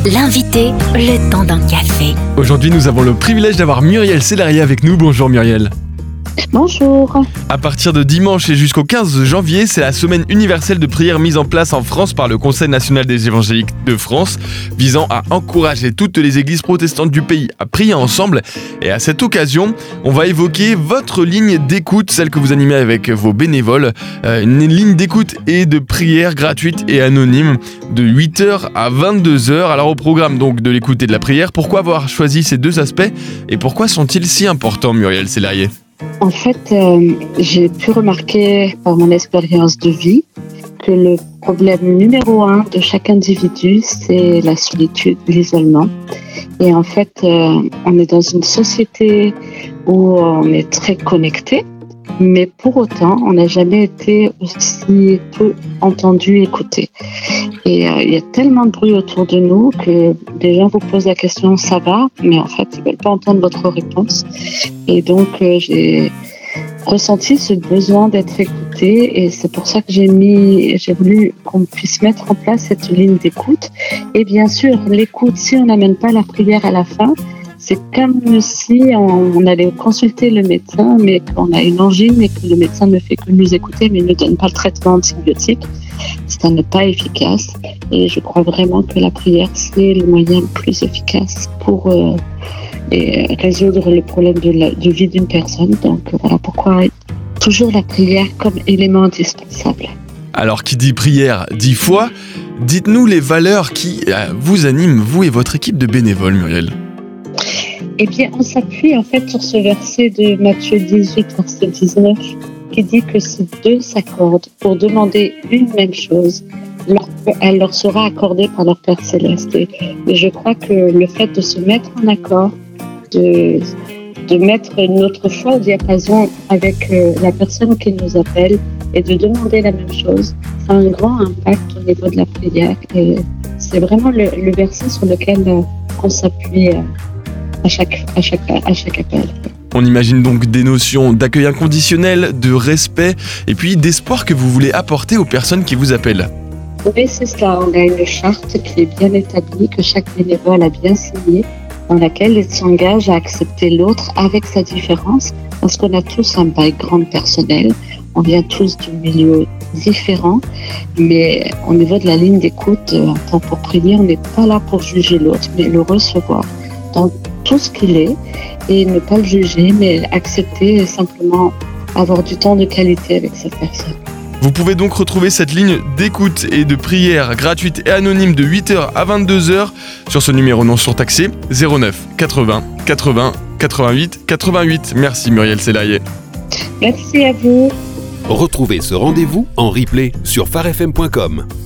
L'invité, le temps d'un café. Aujourd'hui, nous avons le privilège d'avoir Muriel Sellerier avec nous. Bonjour Muriel. Bonjour. À partir de dimanche et jusqu'au 15 janvier, c'est la semaine universelle de prière mise en place en France par le Conseil national des évangéliques de France, visant à encourager toutes les églises protestantes du pays à prier ensemble. Et à cette occasion, on va évoquer votre ligne d'écoute, celle que vous animez avec vos bénévoles. Une ligne d'écoute et de prière gratuite et anonyme de 8h à 22h. Alors au programme donc de l'écoute et de la prière, pourquoi avoir choisi ces deux aspects et pourquoi sont-ils si importants, Muriel Sellerier ? En fait, j'ai pu remarquer par mon expérience de vie que le problème numéro 1 de chaque individu, c'est la solitude, l'isolement. Et en fait, on est dans une société où on est très connecté, mais pour autant, on n'a jamais été aussi peu entendu, écouté. Et il y a tellement de bruit autour de nous que des gens vous posent la question « ça va ?», mais en fait, ils ne veulent pas entendre votre réponse. Et donc, j'ai ressenti ce besoin d'être écouté et c'est pour ça que j'ai voulu qu'on puisse mettre en place cette ligne d'écoute. Et bien sûr, l'écoute, si on n'amène pas la prière à la fin, c'est comme si on allait consulter le médecin, mais qu'on a une angine et que le médecin ne fait que nous écouter, mais ne donne pas le traitement antibiotique. Ça n'est pas efficace. Et je crois vraiment que la prière, c'est le moyen le plus efficace pour résoudre le problème de vie d'une personne. Donc voilà pourquoi toujours la prière comme élément indispensable. Alors qui dit prière dit foi. Dites-nous les valeurs qui vous animent, vous et votre équipe de bénévoles, Muriel. Eh bien, on s'appuie en fait sur ce verset de Matthieu 18, verset 19, qui dit que si deux s'accordent pour demander une même chose, elle leur sera accordée par leur Père Céleste. Et je crois que le fait de se mettre en accord, de mettre notre foi au diapason avec la personne qui nous appelle et de demander la même chose, ça a un grand impact au niveau de la prière. Et c'est vraiment le verset sur lequel on s'appuie à chaque appel. On imagine donc des notions d'accueil inconditionnel, de respect et puis d'espoir que vous voulez apporter aux personnes qui vous appellent. Oui, c'est ça. On a une charte qui est bien établie, que chaque bénévole a bien signée, dans laquelle il s'engage à accepter l'autre avec sa différence, parce qu'on a tous un background personnel, on vient tous de milieux différents, mais au niveau de la ligne d'écoute, en temps pour prier, on n'est pas là pour juger l'autre, mais le recevoir dans tout ce qu'il est, et ne pas le juger, mais accepter et simplement avoir du temps de qualité avec cette personne. Vous pouvez donc retrouver cette ligne d'écoute et de prière gratuite et anonyme de 8h à 22h sur ce numéro non surtaxé 09 80 80 88 88. Merci Muriel Sellerier. Merci à vous. Retrouvez ce rendez-vous en replay sur farfm.com.